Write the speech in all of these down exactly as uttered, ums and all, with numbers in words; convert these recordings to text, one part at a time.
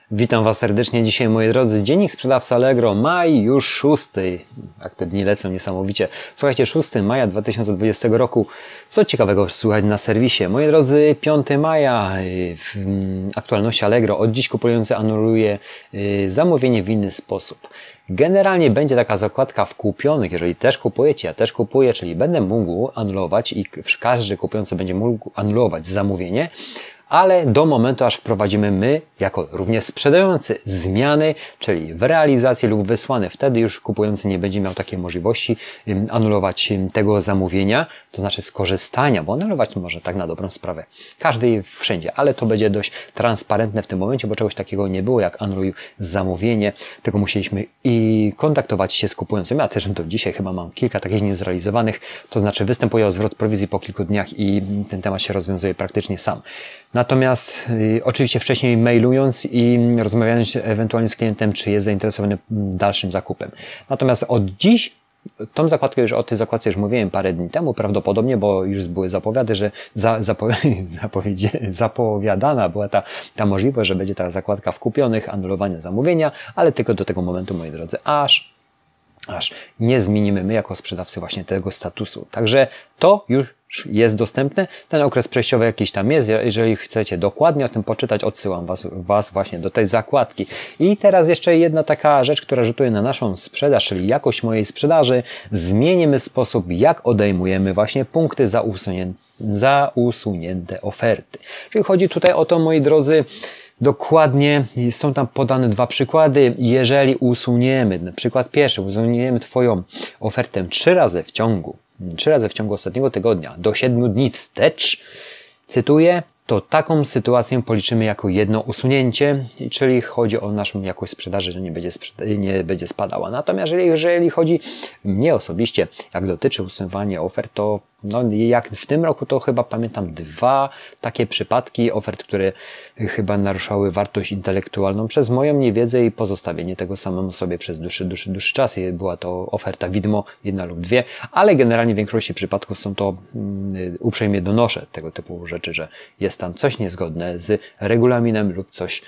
Witam Was serdecznie dzisiaj, moi drodzy. Dziennik Sprzedawcy Allegro, maj już szósty. Jak te dni lecą niesamowicie. Słuchajcie, szóstego maja dwa tysiące dwudziestego roku. Co ciekawego słychać na serwisie? Moi drodzy, piątego maja w aktualności Allegro. Od dziś kupujący anuluje zamówienie w inny sposób. Generalnie będzie taka zakładka w kupionych, jeżeli też kupujecie, ja też kupuję, czyli będę mógł anulować i każdy kupujący będzie mógł anulować zamówienie, ale do momentu, aż wprowadzimy my, jako również sprzedający, zmiany, czyli w realizacji lub wysłane. Wtedy już kupujący nie będzie miał takiej możliwości anulować tego zamówienia, to znaczy skorzystania, bo anulować może tak na dobrą sprawę każdy i wszędzie, ale to będzie dość transparentne w tym momencie, bo czegoś takiego nie było jak anuluj zamówienie, tego musieliśmy i kontaktować się z kupującym. Ja też do dzisiaj chyba mam kilka takich niezrealizowanych, to znaczy występuje o zwrot prowizji po kilku dniach i ten temat się rozwiązuje praktycznie sam. Natomiast y, oczywiście wcześniej mailując i rozmawiając ewentualnie z klientem, czy jest zainteresowany dalszym zakupem. Natomiast od dziś, tą zakładkę już o tej zakładce już mówiłem parę dni temu prawdopodobnie, bo już były zapowiady, że za, zapo, zapowiedzi, zapowiadana była ta, ta możliwość, że będzie ta zakładka w kupionych, anulowania zamówienia, ale tylko do tego momentu, moi drodzy, aż aż nie zmienimy my jako sprzedawcy właśnie tego statusu. Także to już jest dostępne. Ten okres przejściowy jakiś tam jest. Jeżeli chcecie dokładnie o tym poczytać, odsyłam was, was właśnie do tej zakładki. I teraz jeszcze jedna taka rzecz, która rzutuje na naszą sprzedaż, czyli jakość mojej sprzedaży. Zmienimy sposób, jak odejmujemy właśnie punkty za usunięte, za usunięte oferty. Czyli chodzi tutaj o to, moi drodzy, dokładnie są tam podane dwa przykłady. Jeżeli usuniemy, na przykład pierwszy, usuniemy Twoją ofertę trzy razy w ciągu, trzy razy w ciągu ostatniego tygodnia do siedmiu dni wstecz, cytuję, to taką sytuację policzymy jako jedno usunięcie, czyli chodzi o naszą jakość sprzedaży, że nie będzie, nie będzie spadała. Natomiast jeżeli, jeżeli chodzi mnie osobiście, jak dotyczy usuwania ofert, to no, jak w tym roku to chyba pamiętam dwa takie przypadki ofert, które chyba naruszały wartość intelektualną przez moją niewiedzę i pozostawienie tego samemu sobie przez dłuższy, dłuższy, dłuższy czas. Była to oferta widmo, jedna lub dwie, ale generalnie w większości przypadków są to, um, uprzejmie donoszę tego typu rzeczy, że jest tam coś niezgodne z regulaminem lub coś,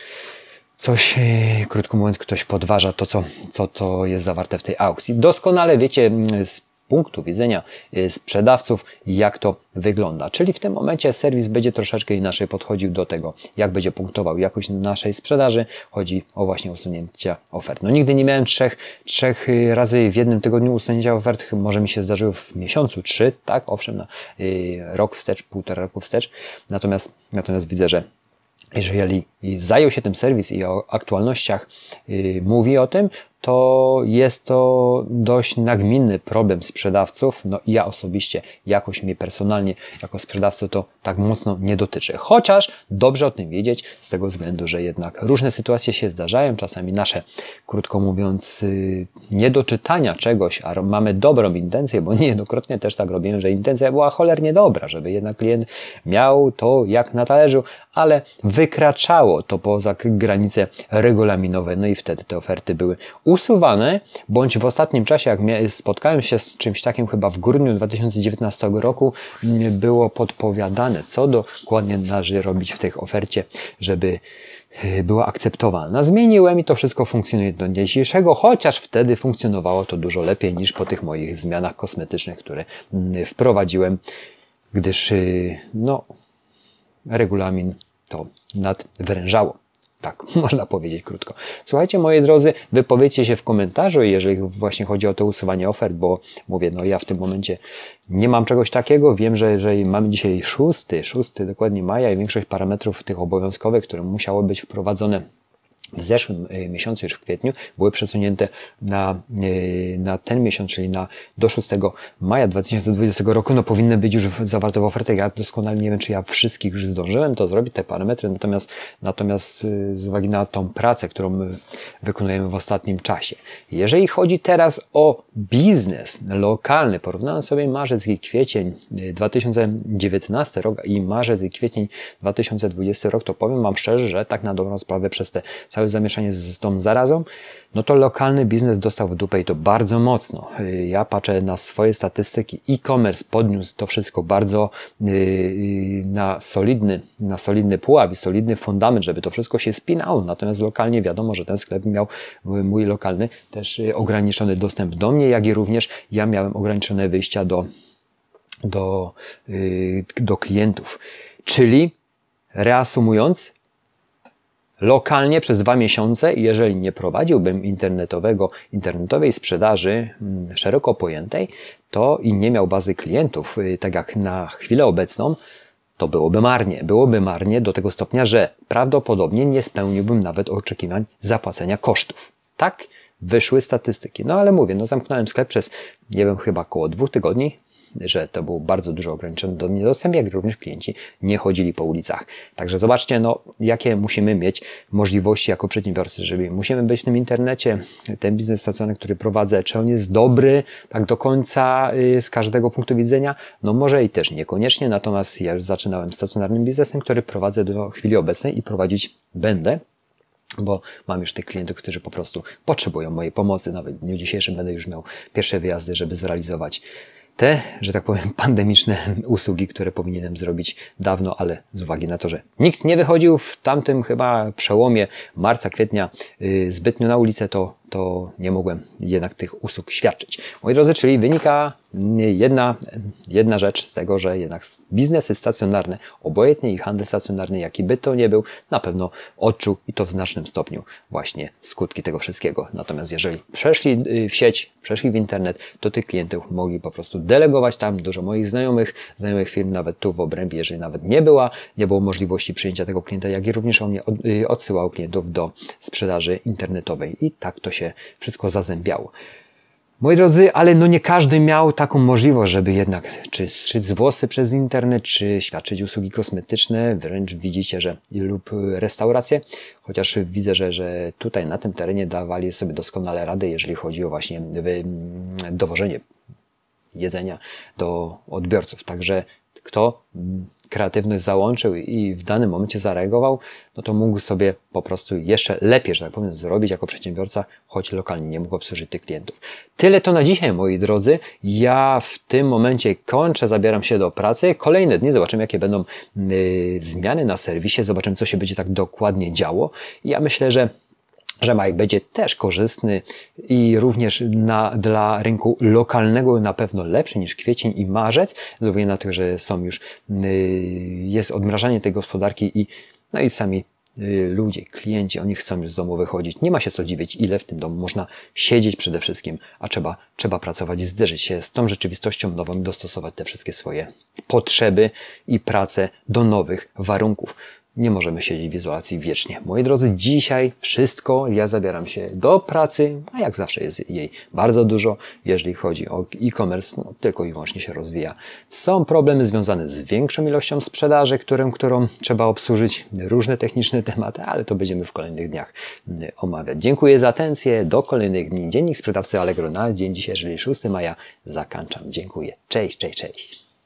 coś, krótko mówiąc, ktoś podważa to, co, co to jest zawarte w tej aukcji. Doskonale wiecie z punktu widzenia sprzedawców, jak to wygląda. Czyli w tym momencie serwis będzie troszeczkę inaczej podchodził do tego, jak będzie punktował jakość naszej sprzedaży. Chodzi o właśnie usunięcia ofert. No nigdy nie miałem trzech, trzech razy w jednym tygodniu usunięcia ofert. Może mi się zdarzyło w miesiącu trzy, tak, owszem, na y, rok wstecz, półtora roku wstecz. Natomiast, natomiast widzę, że jeżeli zajął się tym serwis i o aktualnościach y, mówi o tym, to jest to dość nagminny problem sprzedawców. No i ja osobiście, jakoś mnie personalnie, jako sprzedawcy to tak mocno nie dotyczy. Chociaż dobrze o tym wiedzieć, z tego względu, że jednak różne sytuacje się zdarzają. Czasami nasze, krótko mówiąc, niedoczytania czegoś, a mamy dobrą intencję, bo niejednokrotnie też tak robiłem, że intencja była cholernie dobra, żeby jednak klient miał to jak na talerzu, ale wykraczało to poza granice regulaminowe. No i wtedy te oferty były usuwane, bądź w ostatnim czasie, jak spotkałem się z czymś takim chyba w grudniu dwa tysiące dziewiętnastego roku, było podpowiadane, co dokładnie należy robić w tej ofercie, żeby była akceptowana. Zmieniłem i to wszystko funkcjonuje do dzisiejszego, chociaż wtedy funkcjonowało to dużo lepiej niż po tych moich zmianach kosmetycznych, które wprowadziłem, gdyż no, regulamin to nadwyrężało. Tak, można powiedzieć krótko. Słuchajcie, moi drodzy, wypowiedzcie się w komentarzu, jeżeli właśnie chodzi o to usuwanie ofert, bo mówię, no ja w tym momencie nie mam czegoś takiego. Wiem, że jeżeli mamy dzisiaj szósty, szósty dokładnie maja i większość parametrów tych obowiązkowych, które musiały być wprowadzone w zeszłym miesiącu, już w kwietniu, były przesunięte na, na ten miesiąc, czyli na do szóstego maja dwa tysiące dwudziestego roku, no powinny być już zawarte w ofertach. Ja doskonale nie wiem, czy ja wszystkich już zdążyłem to zrobić, te parametry, natomiast, natomiast z uwagi na tą pracę, którą my wykonujemy w ostatnim czasie. Jeżeli chodzi teraz o biznes lokalny, porównałem sobie marzec i kwiecień dwa tysiące dziewiętnasty rok i marzec i kwiecień dwa tysiące dwudziesty rok, to powiem Wam szczerze, że tak na dobrą sprawę przez te całe zamieszanie z tą zarazą, no to lokalny biznes dostał w dupę i to bardzo mocno. Ja patrzę na swoje statystyki, e-commerce podniósł to wszystko bardzo na solidny, na solidny pułap i solidny fundament, żeby to wszystko się spinało. Natomiast lokalnie wiadomo, że ten sklep miał, mój lokalny, też ograniczony dostęp do mnie, jak i również ja miałem ograniczone wyjścia do, do, do klientów. Czyli reasumując, lokalnie przez dwa miesiące, jeżeli nie prowadziłbym internetowego, internetowej sprzedaży szeroko pojętej, to i nie miał bazy klientów, tak jak na chwilę obecną, to byłoby marnie. Byłoby marnie do tego stopnia, że prawdopodobnie nie spełniłbym nawet oczekiwań zapłacenia kosztów. Tak wyszły statystyki. No ale mówię, no zamknąłem sklep przez, nie wiem, chyba około dwóch tygodni, że to był bardzo dużo ograniczony do mnie dostęp, jak również klienci nie chodzili po ulicach. Także zobaczcie, no, jakie musimy mieć możliwości jako przedsiębiorcy, żeby musimy być w tym internecie, ten biznes stacjonarny, który prowadzę, czy on jest dobry tak do końca yy, z każdego punktu widzenia? No może i też niekoniecznie, natomiast ja już zaczynałem stacjonarnym biznesem, który prowadzę do chwili obecnej i prowadzić będę, bo mam już tych klientów, którzy po prostu potrzebują mojej pomocy. Nawet w dniu dzisiejszym będę już miał pierwsze wyjazdy, żeby zrealizować te, że tak powiem, pandemiczne usługi, które powinienem zrobić dawno, ale z uwagi na to, że nikt nie wychodził w tamtym chyba przełomie marca, kwietnia yy, zbytnio na ulicę, to, to nie mogłem jednak tych usług świadczyć. Moi drodzy, czyli wynika jedna, jedna rzecz z tego, że jednak biznesy stacjonarne, obojętnie i handel stacjonarny, jaki by to nie był, na pewno odczuł i to w znacznym stopniu właśnie skutki tego wszystkiego. Natomiast jeżeli przeszli w sieć, przeszli w internet, to tych klientów mogli po prostu delegować tam. Dużo moich znajomych, znajomych firm nawet tu w obrębie, jeżeli nawet nie była, nie było możliwości przyjęcia tego klienta, jak i również on mnie odsyłał klientów do sprzedaży internetowej i tak to się wszystko zazębiało. Moi drodzy, ale no nie każdy miał taką możliwość, żeby jednak czy strzyc włosy przez internet, czy świadczyć usługi kosmetyczne, wręcz widzicie, że lub restauracje, chociaż widzę, że, że tutaj na tym terenie dawali sobie doskonale radę, jeżeli chodzi o właśnie dowożenie jedzenia do odbiorców. Także kto kreatywność załączył i w danym momencie zareagował, no to mógł sobie po prostu jeszcze lepiej, że tak powiem, zrobić jako przedsiębiorca, choć lokalnie nie mógł obsłużyć tych klientów. Tyle to na dzisiaj, moi drodzy. Ja w tym momencie kończę, zabieram się do pracy. Kolejne dni zobaczymy, jakie będą yy, zmiany na serwisie, zobaczymy, co się będzie tak dokładnie działo. Ja myślę, że że maj będzie też korzystny i również na, dla rynku lokalnego na pewno lepszy niż kwiecień i marzec, ze względu na to, że są już, yy, jest odmrażanie tej gospodarki i, no i sami yy, ludzie, klienci, oni chcą już z domu wychodzić. Nie ma się co dziwić, ile w tym domu można siedzieć przede wszystkim, a trzeba, trzeba pracować i zderzyć się z tą rzeczywistością nową, dostosować te wszystkie swoje potrzeby i pracę do nowych warunków. Nie możemy siedzieć w izolacji wiecznie. Moi drodzy, dzisiaj wszystko. Ja zabieram się do pracy, a jak zawsze jest jej bardzo dużo. Jeżeli chodzi o e-commerce, no tylko i wyłącznie się rozwija. Są problemy związane z większą ilością sprzedaży, którą, którą trzeba obsłużyć. Różne techniczne tematy, ale to będziemy w kolejnych dniach omawiać. Dziękuję za atencję. Do kolejnych dni. Dziennik Sprzedawcy Allegro na dzień dzisiejszy, szóstego maja, zakończam. Dziękuję. Cześć, cześć, cześć.